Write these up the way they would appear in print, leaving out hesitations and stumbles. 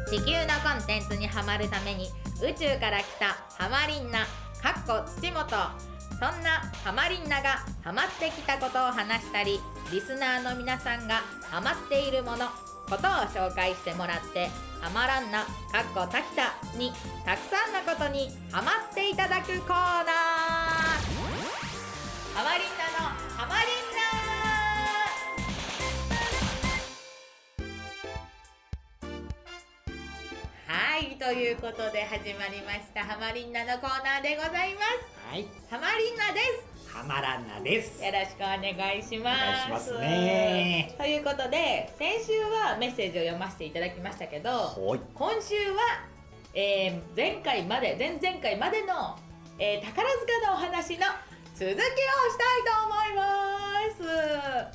地球のコンテンツにハマるために宇宙から来たハマリンナ土本、そんなハマリンナがハマってきたことを話したり、リスナーの皆さんがハマっているものことを紹介してもらって、ハマランナ滝田にたくさんのことにハマっていただくコーナー、ハマリンナのハマリンナ。はい、ということで始まりましたハマリンナのコーナーでございます。 はい、 ハマリンナです。 ハマランナです。 よろしくお願いします。 お願いしますね。 ということで、先週はメッセージを読ませていただきましたけど、今週は、前々回までの、宝塚のお話の続きをしたいと思います。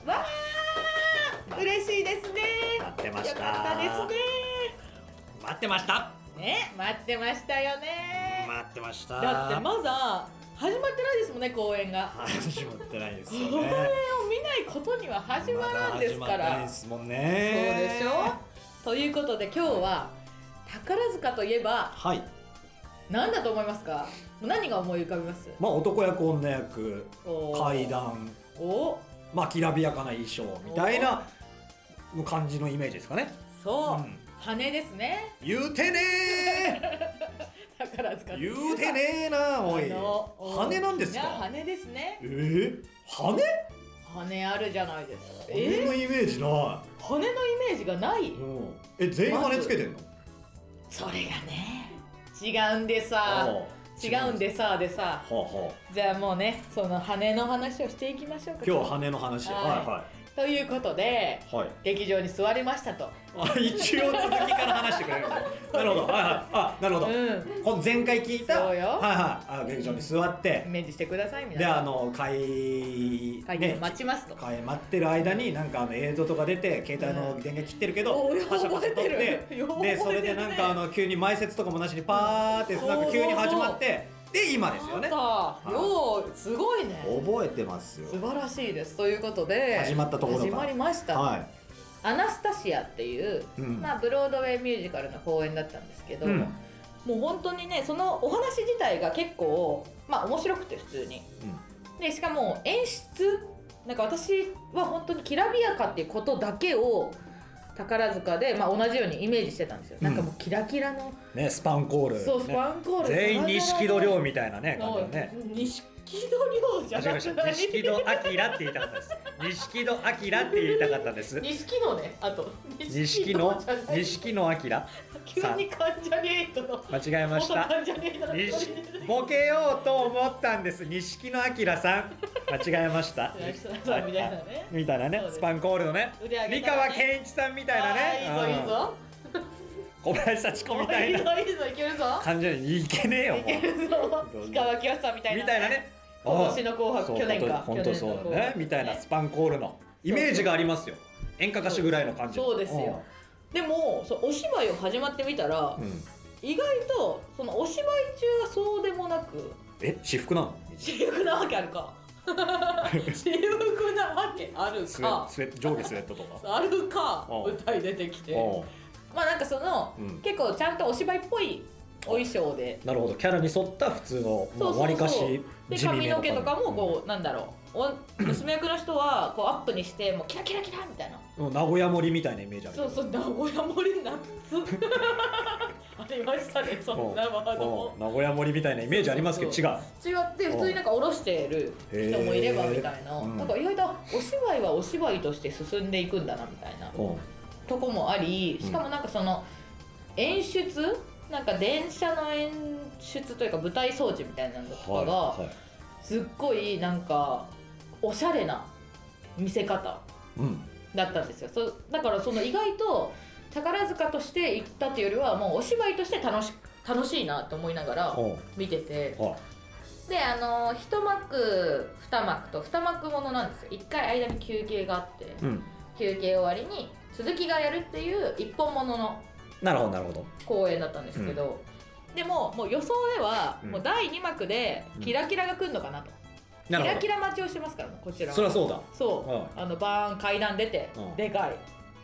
わー、嬉しいですね。 待ってました。 よかったですね。 待ってましたね、待ってましたよね。 待ってました。 だってまだ始まってないですもんね、公演が。 始まってないですよね。 公演を見ないことには始まらんですから。 まだ始まってないですもんね。 そうでしょ。ということで今日は宝塚といえば、 はい、 何だと思いますか？何が思い浮かびます？ まあ男役女役階段、きらびやかな衣装みたいなの感じのイメージですかね。 そう、羽ですね。 言うてねー宝塚言うてねーなおい。羽なんですか？ 羽ですね。 羽？ 羽あるじゃないですか。 羽のイメージない。 羽のイメージがない。 全員羽つけてんの？ それがね、違うんでさ。違うんでさでさ、じゃあもうね、その羽の話をしていきましょうか。 今日は羽の話。 ということで、劇場に座りましたと。 一応続きから話してくれるの。なるほど。なるほど。この前回聞いた。劇場に座ってイメージしてください。 で、開演待ちますと。 開演待ってる間になんか映像とか出て、携帯の電源切ってるけどパシャパシャ撮って、でそれでなんか急に前説とかもなしにパーってなんか急に始まって、で今ですよね。 よう、すごいね。 覚えてますよ。 素晴らしいです。ということで始まったところから始まりました。アナスタシアっていう、ブロードウェイミュージカルの公演だったんですけど、もう本当にね、そのお話自体が結構面白くて、普通に、でしかも演出、なんか私は本当にきらびやかっていうことだけを宝塚で、同じようにイメージしてたんですよ。なんかもうキラキラのね、スパンコール、 そう、スパンコール、 全員錦戸亮みたいなね、感じのね。 錦戸亮じゃなくて錦戸明って言いたかったです。錦戸明って言いたかったんです。 錦戸ね、あと錦野明。 急に関ジャニ∞の間違えました。ボケようと思ったんです。錦野明さん、間違えました。みたいなね、スパンコールのね、三河健一さんみたいなね。 いいぞ。 小林幸子みたいな感じでいけねえよ。 いけるぞ。氷川きよしさんみたいなね。今年の紅白、去年か。 本当そうだね。みたいなスパンコールのイメージがありますよ。演歌歌手ぐらいの感じ。 そうですよ。でもお芝居を始まってみたら、意外とそのお芝居中はそうでもなく。 私服なの？ 私服なわけあるか。私服なわけあるか。 上下スウェットとかあるか。舞台出てきて、なんかその結構ちゃんとお芝居っぽいお衣装で、 なるほど、キャラに沿った普通のわりかしで、髪の毛とかもこう、なんだろう、娘役の人はこうアップにしてもうキラキラキラみたいな、 名古屋森みたいなイメージある。 そう、名古屋森夏ありましたね、そんなワードも。 名古屋森みたいなイメージありますけど、違って普通になんか下ろしてる人もいればみたいな、なんか意外とお芝居はお芝居として進んでいくんだなみたいなとこもあり、しかもなんかその演出、なんか電車の演出というか舞台装置みたいなのとかがすっごいなんかおしゃれな見せ方だったんですよ。だからその意外と宝塚として行ったっていうよりはもうお芝居として楽しいなと思いながら見てて、で1幕2幕と2幕ものなんですよ。1回間に休憩があって、休憩終わりに続きがやるっていう一本物の公演だったんですけど、でももう予想ではもう第2幕でキラキラが来るのかなと、キラキラ待ちをしてますから、こちらは。 そりゃそうだ。 そう、バーン階段出て、でかい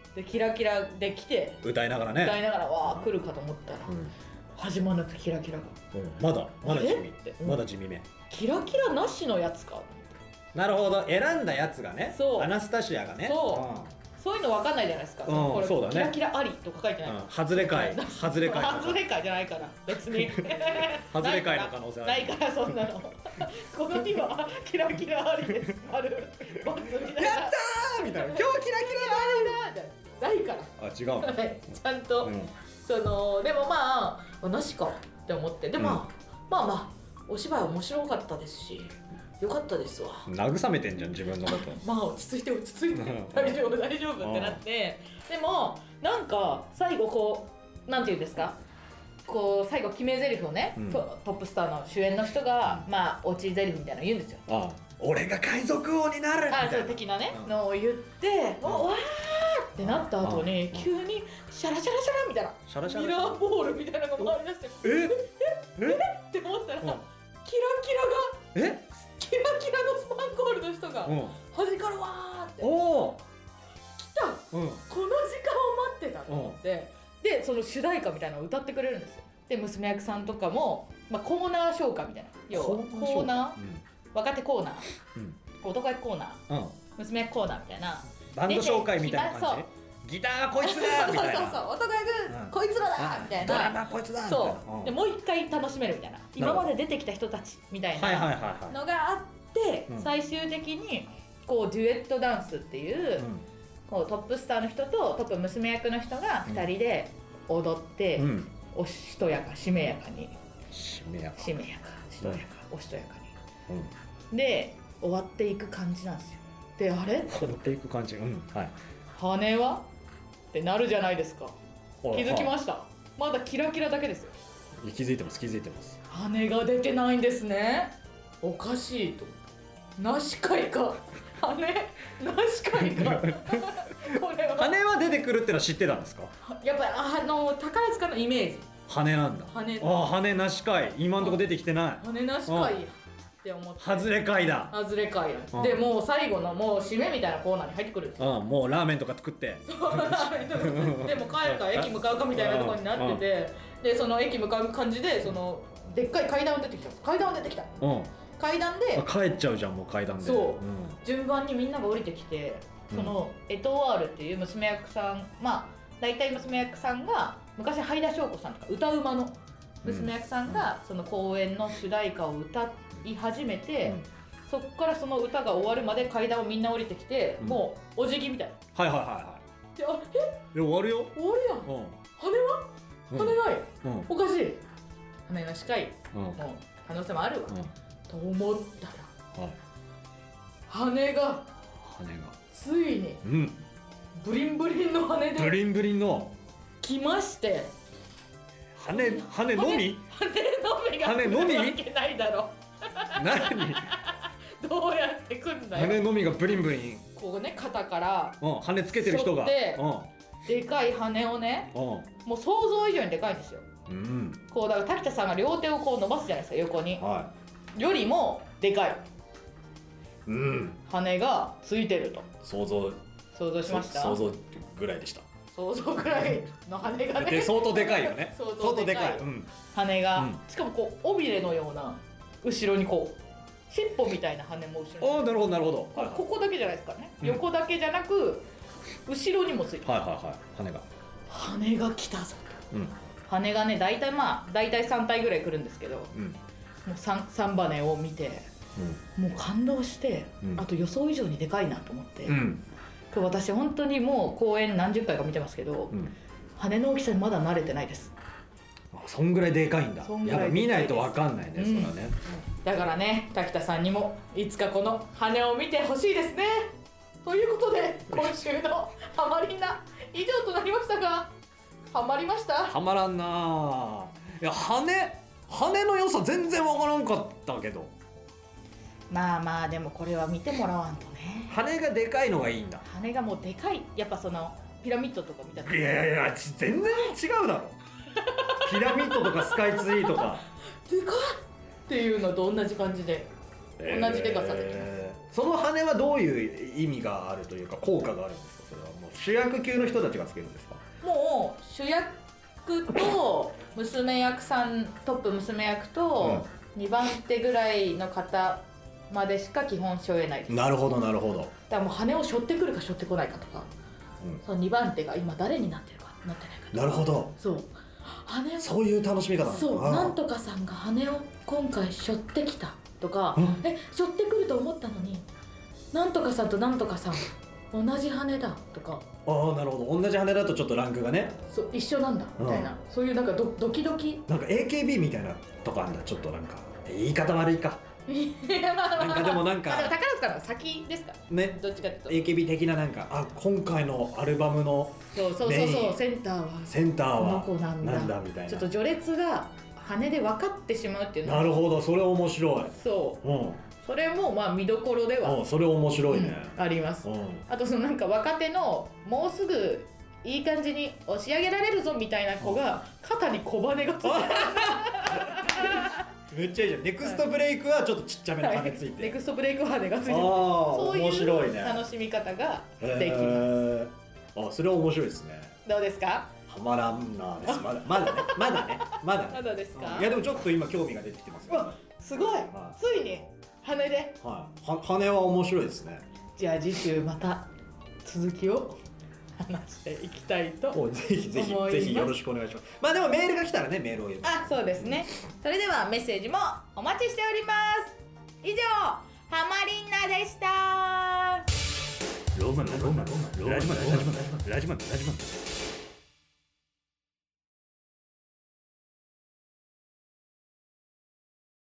でキラキラで来て歌いながらね、 歌いながらわー来るかと思ったら、始まんなくてキラキラが、 まだ地味ってまだ地味め、 キラキラなしのやつか。 なるほど、選んだやつがね、アナスタシアがね、 そういうの分かんないじゃないですか。これキラキラありとか書いてない。 外れ会じゃないから別に。 外れ会の可能性ある。 ないからそんなの。この日はキラキラありです。ある。バツみたいな。 やったーみたいな。今日キラキラだ。ないから。 あ、違う。 ちゃんとそのでもまあなしかって思って、でまあお芝居面白かったですし。よかったですわ。 慰めてんじゃん自分のこと。 まあ落ち着いて大丈夫ってなって、でもなんか最後こうなんていうんですか、こう最後決め台詞をね、トップスターの主演の人がまあ落ち台詞みたいなの言うんですよ。俺が海賊王になるみたいな。そう的なねのを言って、わーってなった後に急にシャラシャラシャラみたいなミラーボールみたいなのが回り出して、えって思ったらキラキラがキラキラのスパンコールの人が端からわーって来た、この時間を待ってたと思って、でその主題歌みたいなのを歌ってくれるんですよ。で娘役さんとかも、コーナー紹介みたいな、要はコーナー、若手コーナー、男役コーナー、娘役コーナーみたいなバンド紹介みたいな感じ。ギターはこいつだみたいな。 そう男役こいつらだみたいな。 ドラマこいつだみたいな。 そうでもう一回楽しめるみたいな、今まで出てきた人たちみたいなのがあって、最終的にこうデュエットダンスっていうこうトップスターの人とトップ娘役の人が2人で踊っておしとやかしめやかにおしとやかにで終わっていく感じなんですよ。であれ終わっていく感じ、 羽はってなるじゃないですか。気づきました？まだキラキラだけですよ。 気づいてます。 羽が出てないんですね。おかしいと。なし会か。羽なし会か。これは羽は出てくるってのは知ってたんですか？ やっぱり宝塚のイメージ。 羽なんだ。羽なし会今んとこ出てきてない。 羽なし会って思って。 外れ会だ。 でもう最後のもう締めみたいなコーナーに入ってくるんですよ。 もうラーメンとか作って。 そうラーメンとか作ってでも帰るか駅向かうかみたいなところになってて、でその駅向かう感じでそのでっかい階段を出てきた。階段で帰っちゃうじゃんもう階段で。 そう順番にみんなが降りてきて、そのエトワールっていう娘役さん、大体娘役さんが昔灰田翔子さんとか歌うまの娘役さんがその公演の主題歌を歌い始めて、そっからその歌が終わるまで階段をみんな降りてきて、もうお辞儀みたいな。で終わるよ。 終わるやん。羽ない。おかしい。羽なしかい。もう可能性もあるわ。と思ったら羽がついにブリンブリンの羽で来まして、 羽のみが来るわけないだろ。 何どうやって来んだよ。 羽のみがブリンブリンこうね、肩から羽つけてる人がでかい羽をね、もう想像以上にでかいんですよ。こうだから滝田さんが両手をこう伸ばすじゃないですか、横に、よりもでかい羽がついてると想像しました。 想像ぐらいでした。 想像ぐらいの羽がね相当でかいよね。相当でかい羽が、しかもこう尾びれのような後ろにこう尻尾みたいな羽も後ろに。 なるほどなるほど。 ここだけじゃないですかね、横だけじゃなく後ろにもついてる。羽が来たぞと。羽がね大体3体ぐらい来るんですけど、もう 3羽を見て、もう感動して、あと予想以上にでかいなと思って、私本当にもう公演何十回か見てますけど、羽の大きさにまだ慣れてないです。 そんぐらいでかいんだ。やっぱ見ないと分かんないね、それはね。 だからね、滝田さんにもいつかこの羽を見てほしいですね。ということで今週のハマりんな以上となりましたが、ハマりました？ ハマらんな。いや羽の良さ全然分からんかったけど。 でもこれは見てもらわんとね。 羽がでかいのがいいんだ。 羽がもうでかい。やっぱそのピラミッドとか見た時。 いや全然違うだろ。ピラミッドとかスカイツリーとかでかっっていうのと同じ感じで、同じでかさできます。 その羽はどういう意味があるというか効果があるんですか？それはも主役級の人たちがつけるんですか？ もう主役と娘役さん、トップ娘役と2番手ぐらいの方までしか基本背負えないです。 なるほどなるほど。 だからもう羽を背負ってくるか背負ってこないかとか、その2番手が今誰になってるかなってないかとか。 なるほど。 そう羽を、 そういう楽しみ方なんですか？ そう、なんとかさんが羽を今回背負ってきたとか、背負ってくると思ったのになんとかさんとなんとかさん同じ羽だとか。 ああなるほど。同じ羽だとちょっとランクがね、 そう一緒なんだみたいな、そういうなんかドキドキ、 なんか AKB みたいなとこあんだ。ちょっとなんか言い方悪いかなんかでもなんか宝塚の先ですかね、 どっちかっていうと AKB 的ななんか、あ今回のアルバムのそうセンターはこの子なんだみたいな、ちょっと序列が羽で分かってしまうっていうの。 なるほど、それ面白い。 そう、それもまあ見どころではそれ面白いね、 あります。あとそのなんか若手のもうすぐいい感じに押し上げられるぞみたいな子が肩に小羽がついてめっちゃいいじゃん。ネクストブレイクはちょっとちっちゃめの羽ついて、 ネクストブレイク羽がついてる、 そういう楽しみ方ができます。それは面白いですね。 どうですか？ ハマらんなです。まだですか？いやでもちょっと今興味が出てきてますよ。 すごい、ついに羽で、 羽は面白いですね。 じゃあ次週また続きを話していきたいと思います。 ぜひよろしくお願いします。まあでもメールが来たらね、メールを入れます。 そうですね。それではメッセージもお待ちしております。以上、ハマリンナでした。 ローマンラジマン